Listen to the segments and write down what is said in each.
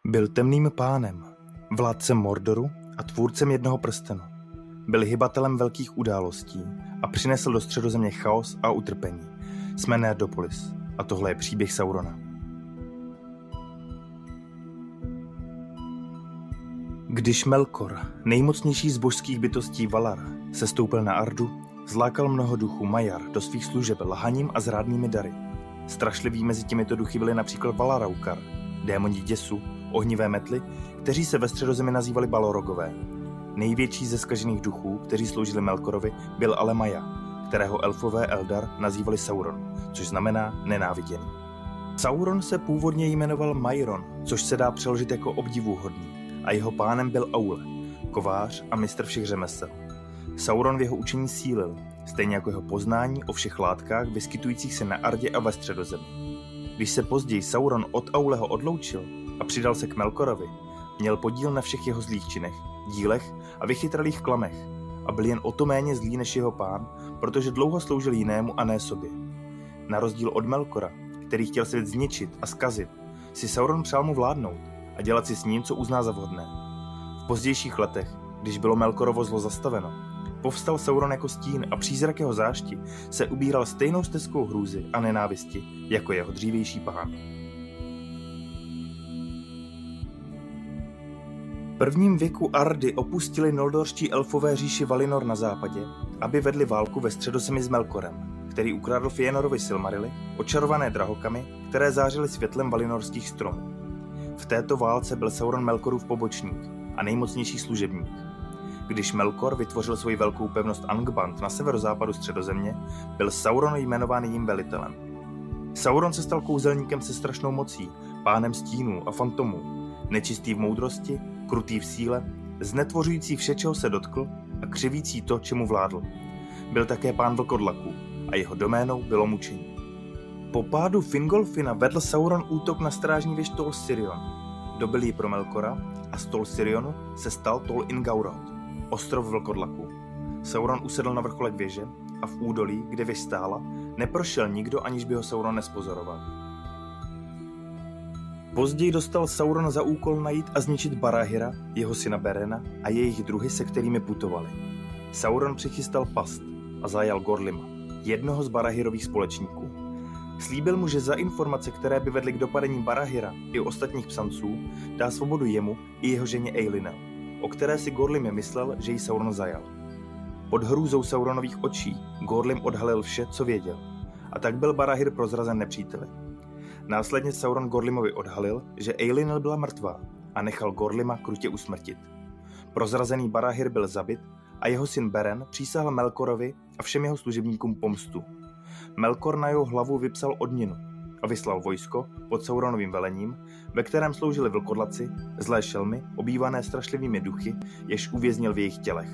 Byl temným pánem, vládcem Mordoru a tvůrcem jednoho prstenu. Byl hybatelem velkých událostí a přinesl do Středozemě chaos a utrpení. Jsme Nerdopolis a tohle je příběh Saurona. Když Melkor, nejmocnější z božských bytostí Valar, sestoupil na Ardu, zlákal mnoho duchů Maiar do svých služeb lhaním a zrádnými dary. Strašliví mezi těmito duchy byli například Valaraukar, démoni děsu, ohnivé metly, kteří se ve Středozemi nazývali Balorogové. Největší ze zkažených duchů, kteří sloužili Melkorovi, byl ale Maia, kterého elfové Eldar nazývali Sauron, což znamená nenáviděný. Sauron se původně jmenoval Mairon, což se dá přeložit jako obdivuhodný, a jeho pánem byl Aule, kovář a mistr všech řemesel. Sauron v jeho učení sílil, stejně jako jeho poznání o všech látkách vyskytujících se na Ardě a ve Středozemi. Když se později Sauron od Auleho odloučil a přidal se k Melkorovi, měl podíl na všech jeho zlých činech, dílech a vychytralých klamech a byl jen o to méně zlý než jeho pán, protože dlouho sloužil jinému a ne sobě. Na rozdíl od Melkora, který chtěl svět zničit a zkazit, si Sauron přál mu vládnout a dělat si s ním, co uzná za vhodné. V pozdějších letech, když bylo Melkorovo zlo zastaveno, povstal Sauron jako stín a přízrak jeho zášti se ubíral stejnou stezkou hrůzy a nenávisti jako jeho dřívější pán. V prvním věku Ardy opustili noldorští elfové říši Valinor na západě, aby vedli válku ve Středozemi s Melkorem, který ukradl Fëanorovi Silmarily, očarované drahokamy, které zářily světlem valinorských stromů. V této válce byl Sauron Melkorův pobočník a nejmocnější služebník. Když Melkor vytvořil svoji velkou pevnost Angband na severozápadu Středozemě, byl Sauron jmenován jejím velitelem. Sauron se stal kouzelníkem se strašnou mocí, pánem stínů a fantomů, nečistý v moudrosti, krutý v síle, znetvořující vše, čeho se dotkl a křivící to, čemu vládl. Byl také pán vlkodlaků a jeho doménou bylo mučení. Po pádu Fingolfina vedl Sauron útok na strážní věž Tol Sirion. Dobil ji pro Melkora a z Tol Sirionu se stal Tol Ingaurod, ostrov vlkodlaků. Sauron usedl na vrcholek věže a v údolí, kde věž stála, neprošel nikdo, aniž by ho Sauron nespozoroval. Později dostal Sauron za úkol najít a zničit Barahira, jeho syna Berena a jejich druhy, se kterými putovali. Sauron přichystal past a zajal Gorlima, jednoho z Barahirových společníků. Slíbil mu, že za informace, které by vedly k dopadení Barahira i ostatních psanců, dá svobodu jemu i jeho ženě Eilinel, o které si Gorlim myslel, že ji Sauron zajal. Pod hrůzou Sauronových očí Gorlim odhalil vše, co věděl, a tak byl Barahir prozrazen nepříteli. Následně Sauron Gorlimovi odhalil, že Eilinel byla mrtvá a nechal Gorlima krutě usmrtit. Prozrazený Barahir byl zabit a jeho syn Beren přísahal Melkorovi a všem jeho služebníkům pomstu. Melkor na jeho hlavu vypsal odměnu a vyslal vojsko pod Sauronovým velením, ve kterém sloužili vlkodlaci, zlé šelmy, obývané strašlivými duchy, jež uvěznil v jejich tělech.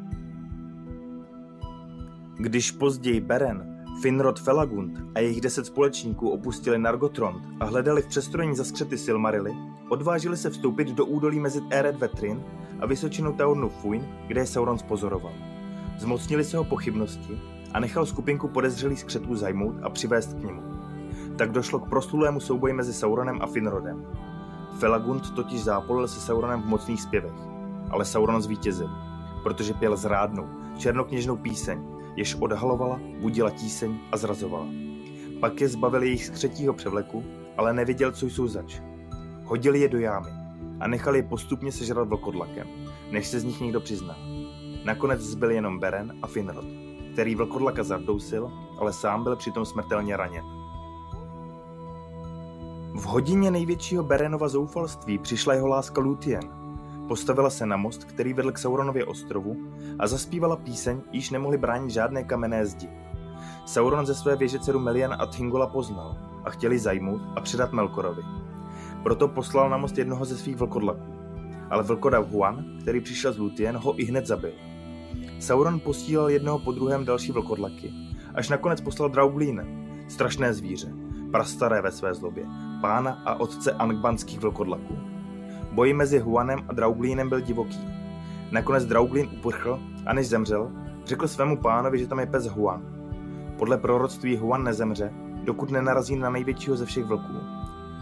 Když později Beren, Finrod Felagund a jejich 10 společníků opustili Nargothrond a hledali v přestrojení za skřety Silmarily, odvážili se vstoupit do údolí mezi Ered Vetrin a vysočinu Taurnu Fuin, kde je Sauron spozoroval. Zmocnili se ho pochybnosti a nechal skupinku podezřelých skřetů zajmout a přivést k němu. Tak došlo k proslulému souboji mezi Sauronem a Finrodem. Felagund totiž zápolil se Sauronem v mocných zpěvech, ale Sauron zvítězil, protože pěl zrádnou, černokněžnou píseň, jež odhalovala, budila tíseň a zrazovala. Pak je zbavil jejich skřetího převleku, ale nevěděl, co jsou zač. Hodili je do jámy a nechali je postupně sežrat vlkodlakem, než se z nich někdo přizná. Nakonec zbyl jenom Beren a Finrod, který vlkodlaka zadousil, ale sám byl přitom smrtelně raněn. V hodině největšího Berenova zoufalství přišla jeho láska Lúthien. Postavila se na most, který vedl k Sauronově ostrovu, a zaspívala píseň, již nemohli bránit žádné kamenné zdi. Sauron ze své věže dceru Melian a Thingol poznal a chtěli zajmout a předat Melkorovi. Proto poslal na most jednoho ze svých vlkodlaků, ale vlkodav Huan, který přišel z Lúthien, ho ihned zabil. Sauron posílal jednoho po druhém další vlkodlaky, až nakonec poslal Draugluine, strašné zvíře, prastaré ve své zlobě, pána a otce angbandských vlkodlaků. Boj mezi Huanem a Draugluinem byl divoký. Nakonec Draugluin uprchl a než zemřel, řekl svému pánovi, že tam je pes Huan. Podle proroctví Huan nezemře, dokud nenarazí na největšího ze všech vlků.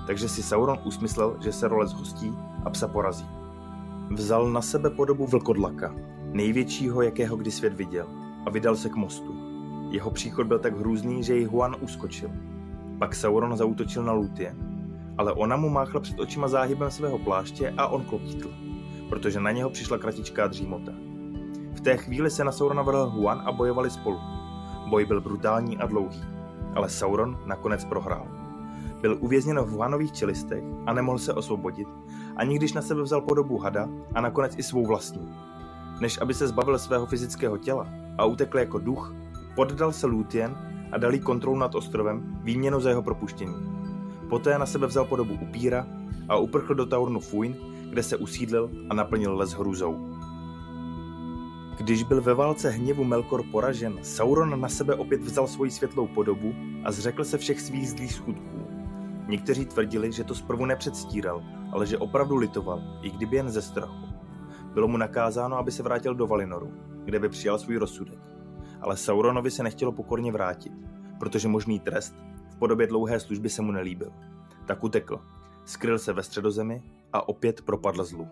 takže si Sauron usmyslel, že se role zhostí a psa porazí. Vzal na sebe podobu vlkodlaka, největšího, jakého kdy svět viděl, a vydal se k mostu. Jeho příchod byl tak hrůzný, že jej Huan uskočil. Pak Sauron zaútočil na Lúthien, ale ona mu máchla před očima záhybem svého pláště a on klopítl, protože na něho přišla kratičká dřímota. V té chvíli se na Saurona vrhl Huan a bojovali spolu. Boj byl brutální a dlouhý, ale Sauron nakonec prohrál. Byl uvězněn v Huanových čelistech a nemohl se osvobodit, ani když na sebe vzal podobu hada a nakonec i svou vlastní. Než aby se zbavil svého fyzického těla a utekl jako duch, poddal se Lúthien a dal jí kontrolu nad ostrovem výměnou za jeho propuštění. Poté na sebe vzal podobu upíra a uprchl do Taurnu Fuin, kde se usídlil a naplnil les hrůzou. Když byl ve válce hněvu Melkor poražen, Sauron na sebe opět vzal svoji světlou podobu a zřekl se všech svých zlých skutků. Někteří tvrdili, že to zprvu nepředstíral, ale že opravdu litoval, i kdyby jen ze strachu. Bylo mu nakázáno, aby se vrátil do Valinoru, kde by přijal svůj rozsudek. Ale Sauronovi se nechtělo pokorně vrátit, protože možný trest v podobě dlouhé služby se mu nelíbil. Tak utekl, skryl se ve Středozemi a opět propadl zlu.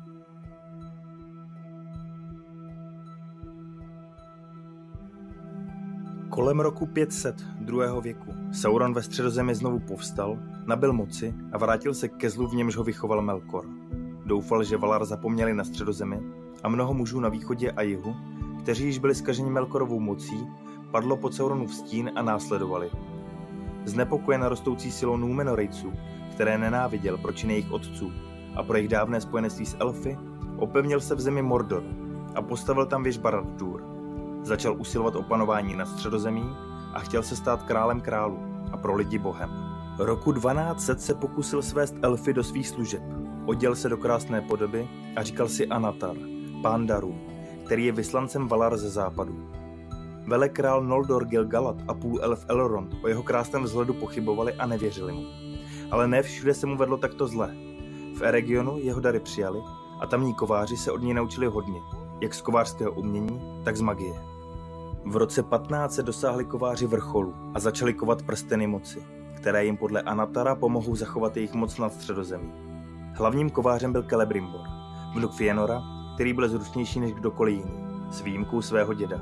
Kolem roku 500 druhého věku Sauron ve Středozemi znovu povstal, nabyl moci a vrátil se ke zlu, v němž ho vychoval Melkor. Doufal, že Valar zapomněli na Středozemi a mnoho mužů na východě a jihu, kteří již byli zkaženi Melkorovou mocí, padlo pod Sauronův stín a následovali. Znepokojen rostoucí silou Númenorejců, které nenáviděl pro činy jejich otců a pro jejich dávné spojenectví s elfy, opevnil se v zemi Mordor a postavil tam věž Barad-dûr. Začal usilovat o panování nad Středozemí a chtěl se stát králem králů a pro lidi bohem. Roku 1200 se pokusil svést elfy do svých služeb. Oděl se do krásné podoby a říkal si Anatar, pán darů, který je vyslancem Valar ze západu. Velekrál Noldor Gil-galad a půlelf Elrond o jeho krásném vzhledu pochybovali a nevěřili mu. Ale ne všude se mu vedlo takto zle. V Eregionu jeho dary přijali a tamní kováři se od něj naučili hodně, jak z kovářského umění, tak z magie. V roce 15 se dosáhli kováři vrcholu a začali kovat prsteny moci, které jim podle Anatara pomohou zachovat jejich moc nad Středozemí. Hlavním kovářem byl Celebrimbor, vnuk Fëanora, který byl zručnější než kdokoliv jiný, s výjimkou svého děda.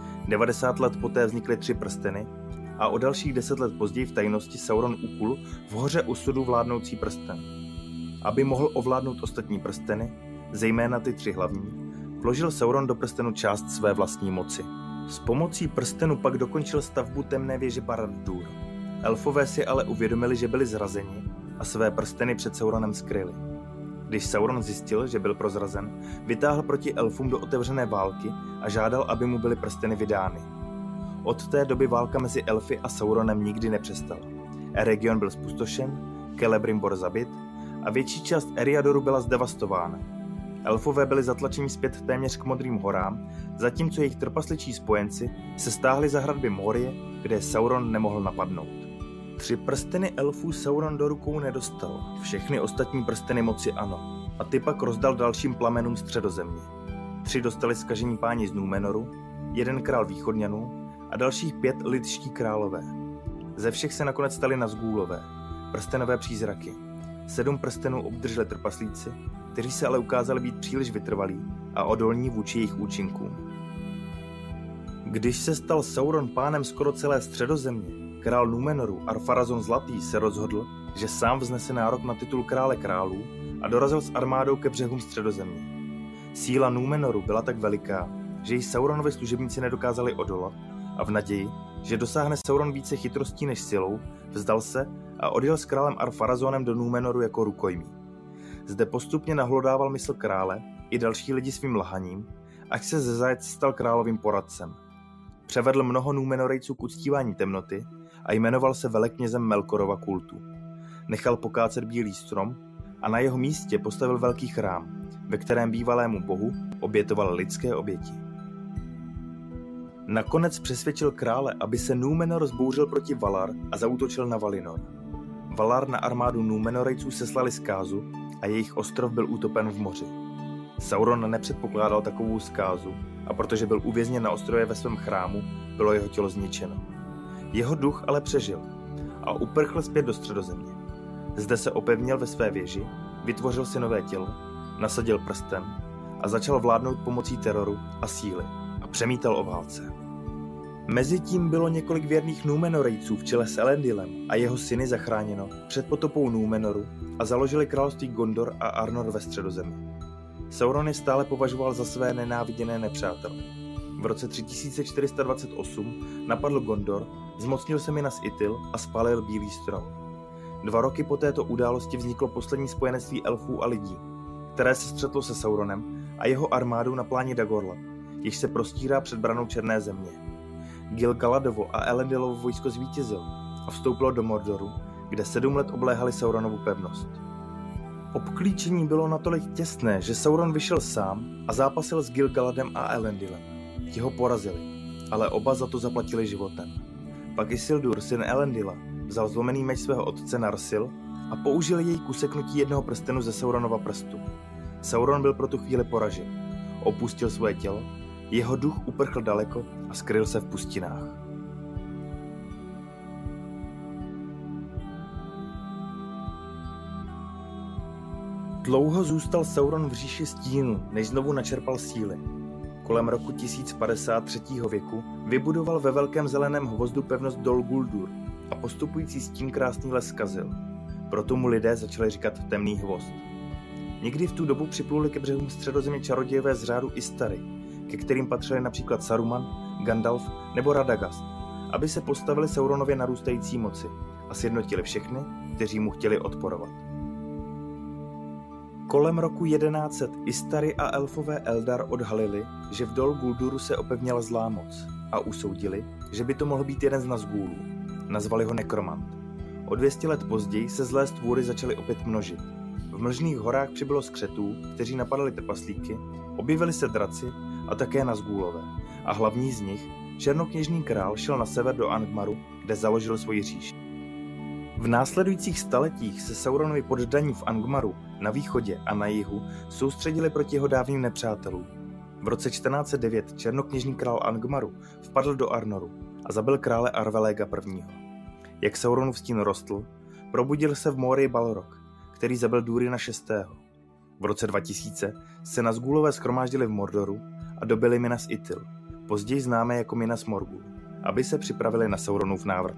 90 let poté vznikly 3 prsteny a o dalších 10 let později v tajnosti Sauron ukul v hoře Usudu vládnoucí prsten. Aby mohl ovládnout ostatní prsteny, zejména ty 3 hlavní, vložil Sauron do prstenu část své vlastní moci. S pomocí prstenu pak dokončil stavbu temné věže Barad-dûr. Elfové si ale uvědomili, že byli zrazeni a své prsteny před Sauronem skryli. Když Sauron zjistil, že byl prozrazen, vytáhl proti elfům do otevřené války a žádal, aby mu byly prsteny vydány. Od té doby válka mezi elfy a Sauronem nikdy nepřestala. Eregion byl zpustošen, Celebrimbor zabit a větší část Eriadoru byla zdevastována. Elfové byli zatlačeni zpět téměř k Modrým horám, zatímco jejich trpasličí spojenci se stáhli za hradby Morie, kde Sauron nemohl napadnout. 3 prsteny elfů Sauron do rukou nedostal, všechny ostatní prsteny moci ano, a ty pak rozdal dalším plamenům Středozemě. 3 dostali zkažení páni z Númenoru, 1 král východňanů a dalších 5 lidští králové. Ze všech se nakonec stali Nazgûlové, prstenové přízraky. 7 prstenů obdrželi trpaslíci, kteří se ale ukázali být příliš vytrvalí a odolní vůči jejich účinkům. Když se stal Sauron pánem skoro celé Středozemě, král Númenoru Ar-Pharazôn Zlatý se rozhodl, že sám vznese nárok na titul krále králů a dorazil s armádou ke břehům Středozemě. Síla Númenoru byla tak veliká, že ji Sauronovi služebníci nedokázali odolat a v naději, že dosáhne Sauron více chytrostí než silou, vzdal se a odjel s králem Ar-Pharazónem do Númenoru jako rukojmí. Zde postupně nahlodával mysl krále i další lidi svým lhaním, až se ze zajec stal královým poradcem. Převedl mnoho Númenorejců k uctívání temnoty a jmenoval se veleknězem Melkorova kultu. Nechal pokácet bílý strom a na jeho místě postavil velký chrám, ve kterém bývalému bohu obětoval lidské oběti. Nakonec přesvědčil krále, aby se Númenor zbouřil proti Valar a zaútočil na Valinor. Valar na armádu Númenorejců seslali zkázu a jejich ostrov byl utopen v moři. Sauron nepředpokládal takovou zkázu a protože byl uvězněn na ostrově ve svém chrámu, bylo jeho tělo zničeno. Jeho duch ale přežil a uprchl zpět do Středozemě. Zde se opevnil ve své věži, vytvořil si nové tělo, nasadil prsten a začal vládnout pomocí teroru a síly a přemítal o válce. Mezitím bylo několik věrných Númenorejců v čele s Elendilem a jeho syny zachráněno před potopou Númenoru a založili království Gondor a Arnor ve Středozemi. Sauron je stále považoval za své nenáviděné nepřátele. V roce 3428 napadl Gondor, zmocnil se Minas Ithil a spálil Bílý strom. 2 roky po této události vzniklo poslední spojenectví elfů a lidí, které se střetlo se Sauronem a jeho armádou na pláni Dagorla, jež se prostírá před branou Černé země. Gil-galadovo a Elendilovo vojsko zvítězilo a vstoupilo do Mordoru, kde 7 let obléhali Sauronovu pevnost. Obklíčení bylo natolik těsné, že Sauron vyšel sám a zápasil s Gil-galadem a Elendilem. Ti ho porazili, ale oba za to zaplatili životem. Pak Isildur, syn Elendila, vzal zlomený meč svého otce Narsil a použil jej k useknutí jednoho prstenu ze Sauronova prstu. Sauron byl pro tu chvíli poražen. Opustil svoje tělo, jeho duch uprchl daleko a skryl se v pustinách. Dlouho zůstal Sauron v říši stínu, než znovu načerpal síly. Kolem roku 1053. věku vybudoval ve velkém zeleném hvozdu pevnost Dol Guldur a postupující stín krásný les zkazil. Proto mu lidé začali říkat Temný hvozd. Někdy v tu dobu připluli ke břehům Středozemě čarodějové z řádu Istari, ke kterým patřili například Saruman, Gandalf nebo Radagast, aby se postavili Sauronově narůstající moci a sjednotili všechny, kteří mu chtěli odporovat. Kolem roku 1100 Istari a elfové Eldar odhalili, že v Dol Gulduru se opevnila zlá moc a usoudili, že by to mohl být jeden z Nazgûlů. Nazvali ho Nekromant. O 200 let později se zlé stvůry začaly opět množit. V mlžných horách přibylo skřetů, kteří napadali trpaslíky, objevili se draci a také Nazgûlové. A hlavní z nich, černokněžný král, šel na sever do Angmaru, kde založil svoji říši. V následujících staletích se Sauronovi poddaní v Angmaru, na východě a na jihu, soustředili proti jeho dávným nepřátelům. V roce 1409 černokněžný král Angmaru vpadl do Arnoru a zabil krále Arveléga I. Jak Sauronův stín rostl, probudil se v Morii Balrog, který zabil Durina VI. V roce 2000 se Nazgûlové shromáždili v Mordoru a dobili Minas Ithil, později známé jako Minas Morgul, aby se připravili na Sauronův návrat.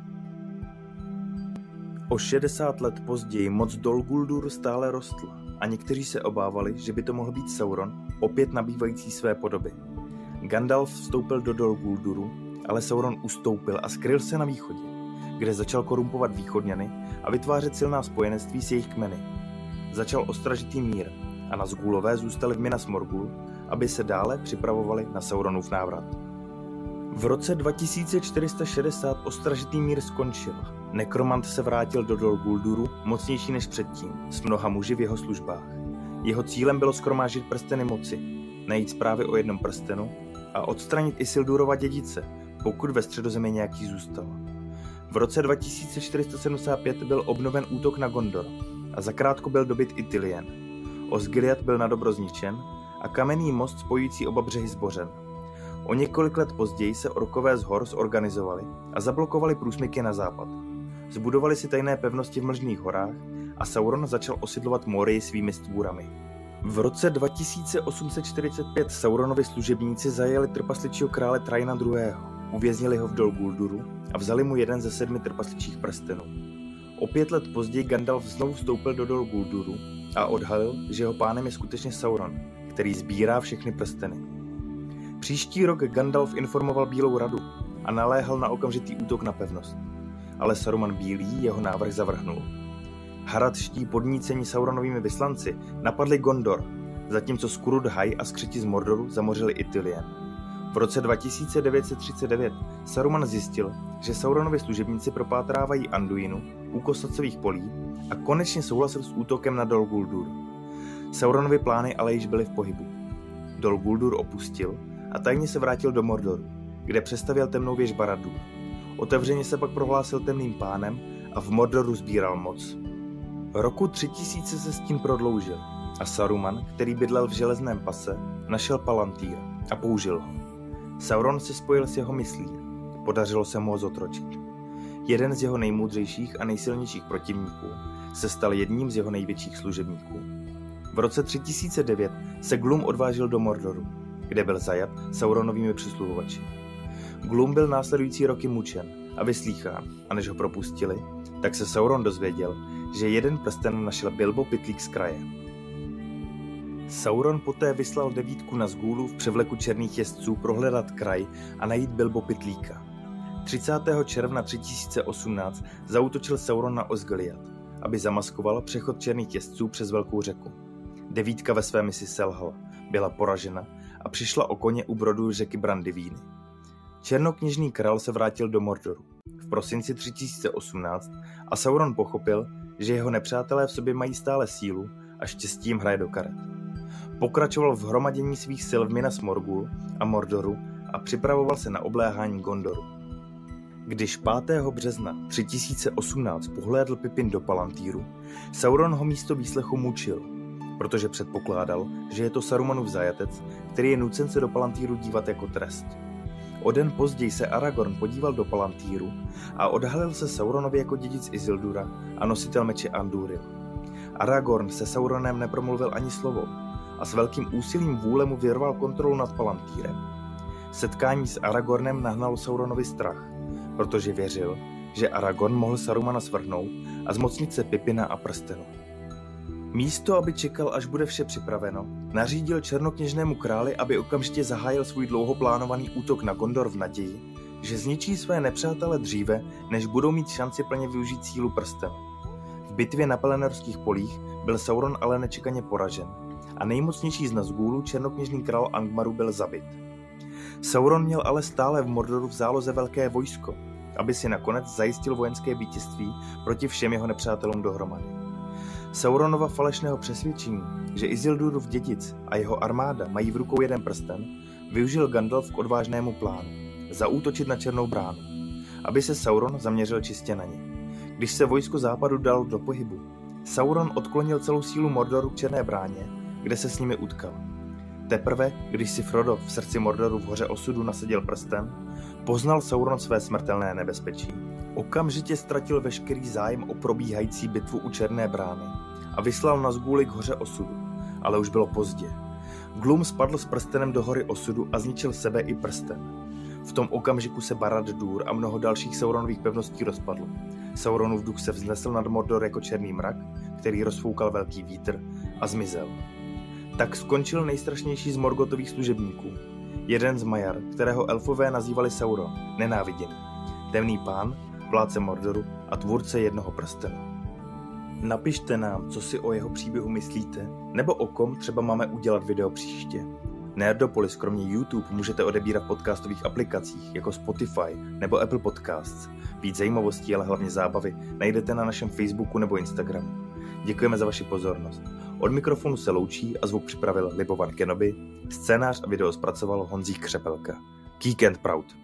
O 60 let později moc Dol Guldur stále rostla a někteří se obávali, že by to mohl být Sauron, opět nabývající své podoby. Gandalf vstoupil do Dol Gulduru, ale Sauron ustoupil a skryl se na východě, kde začal korumpovat východňany a vytvářet silná spojenectví s jejich kmeny. Začal ostražitý mír a Nazgûlové zůstali v Minas Morgul, aby se dále připravovali na Sauronův návrat. V roce 2460 ostražitý mír skončil. Nekromant se vrátil do Dol Gulduru, mocnější než předtím, s mnoha muži v jeho službách. Jeho cílem bylo shromáždit prsteny moci, najít zprávy o jednom prstenu a odstranit Isildurova dědice, pokud ve Středozemi nějaký zůstal. V roce 2475 byl obnoven útok na Gondor a zakrátko byl dobyt Ithilien. Osgiliath byl nadobro zničen a kamenný most spojující oba břehy zbořen. O několik let později se orkové z hor zorganizovali a zablokovali průsmyky na západ. Zbudovali si tajné pevnosti v mlžných horách a Sauron začal osidlovat Morii svými stvůrami. V roce 2845 Sauronovi služebníci zajeli trpasličího krále Traina II., uvěznili ho v Dol Gulduru a vzali mu jeden ze 7 trpasličích prstenů. O 5 let později Gandalf znovu vstoupil do Dol Gulduru a odhalil, že jeho pánem je skutečně Sauron, který sbírá všechny prsteny. Příští rok Gandalf informoval Bílou radu a naléhal na okamžitý útok na pevnost. Ale Saruman Bílý jeho návrh zavrhnul. Haradští podnícení Sauronovými vyslanci napadli Gondor, zatímco Skurudhaj a skřeti z Mordoru zamořili Ithilien. V roce 2939 Saruman zjistil, že Sauronovi služebníci propátrávají Anduinu u Kosacových polí a konečně souhlasil s útokem na Dol Guldur. Sauronovy plány ale již byly v pohybu. Dol Guldur opustil a tajně se vrátil do Mordoru, kde přestavěl temnou věž Barad-dûr. Otevřeně se pak prohlásil temným pánem a v Mordoru sbíral moc. Roku 3000 se stín prodloužil a Saruman, který bydlel v železném pase, našel Palantír a použil ho. Sauron se spojil s jeho myslí. Podařilo se mu ho zotročit. jeden z jeho nejmoudřejších a nejsilnějších protivníků, se stal jedním z jeho největších služebníků. V roce 3009 se Glum odvážil do Mordoru, kde byl zajat Sauronovými přisluhovači. Glum byl následující roky mučen a vyslýchán, a než ho propustili, tak se Sauron dozvěděl, že jeden prsten našel Bilbo Pitlík z kraje. Sauron poté vyslal 9 Nazgûlů v převleku černých jezdců prohledat kraj a najít Bilbo Pitlíka. 30. června 3018 zaútočil Sauron na Osgiliath, aby zamaskoval přechod černých jezdců přes velkou řeku. 9 ve své misi selhala, byla poražena a přišla o koně u brodu řeky Brandyvíny. Černokněžný král se vrátil do Mordoru v prosinci 3018 a Sauron pochopil, že jeho nepřátelé v sobě mají stále sílu a štěstí jim hraje do karet. Pokračoval v hromadění svých sil v Minas Morgul a Mordoru a připravoval se na obléhání Gondoru. Když 5. března 3018 pohlédl Pippin do Palantíru, Sauron ho místo výslechu mučil, protože předpokládal, že je to Sarumanův zajatec, který je nucen se do Palantíru dívat jako trest. O den později se Aragorn podíval do Palantíru a odhalil se Sauronovi jako dědic Isildura a nositel meče Andúril. Aragorn se Sauronem nepromluvil ani slovo a s velkým úsilím vůle mu vyrval kontrolu nad Palantírem. Setkání s Aragornem nahnalo Sauronovi strach, protože věřil, že Aragorn mohl Sarumana svrhnout a zmocnit se Pippina a prstenu. Místo, aby čekal, až bude vše připraveno, nařídil černokněžnému králi, aby okamžitě zahájil svůj dlouho plánovaný útok na Gondor v naději, že zničí své nepřátele dříve, než budou mít šanci plně využít sílu prstenu. V bitvě na Pelenorských polích byl Sauron ale nečekaně poražen a nejmocnější z Nazgûlů, černokněžný král Angmaru, byl zabit. Sauron měl ale stále v Mordoru v záloze velké vojsko, aby si nakonec zajistil vojenské vítězství proti všem jeho nepřátelům dohromady. Sauronova falešného přesvědčení, že Isildurův dědic a jeho armáda mají v rukou jeden prsten, využil Gandalf k odvážnému plánu zaútočit na Černou bránu, aby se Sauron zaměřil čistě na ně. Když se vojsko západu dalo do pohybu, Sauron odklonil celou sílu Mordoru k Černé bráně, kde se s nimi utkal. Teprve, když si Frodo v srdci Mordoru v hoře osudu nasadil prsten, poznal Sauron své smrtelné nebezpečí. Okamžitě ztratil veškerý zájem o probíhající bitvu u Černé brány a vyslal Nazgûly k hoře osudu, ale už bylo pozdě. Glum spadl s prstenem do hory osudu a zničil sebe i prsten. V tom okamžiku se Barad-dûr a mnoho dalších Sauronových pevností rozpadlo. Sauronův duch se vznesl nad Mordor jako černý mrak, který rozfoukal velký vítr a zmizel. Tak skončil nejstrašnější z Morgotových služebníků. Jeden z Majar, kterého elfové nazývali Sauron, nenáviděný. Temný pán, vládce Mordoru a tvůrce jednoho prstenu. Napište nám, co si o jeho příběhu myslíte, nebo o kom třeba máme udělat video příště. Nerdopolis kromě YouTube můžete odebírat v podcastových aplikacích jako Spotify nebo Apple Podcasts. Víc zajímavostí, ale hlavně zábavy najdete na našem Facebooku nebo Instagramu. Děkujeme za vaši pozornost. Od mikrofonu se loučí a zvuk připravil Libovan Kenobi, scénář a video zpracoval Honzík Křepelka. Geek and Proud.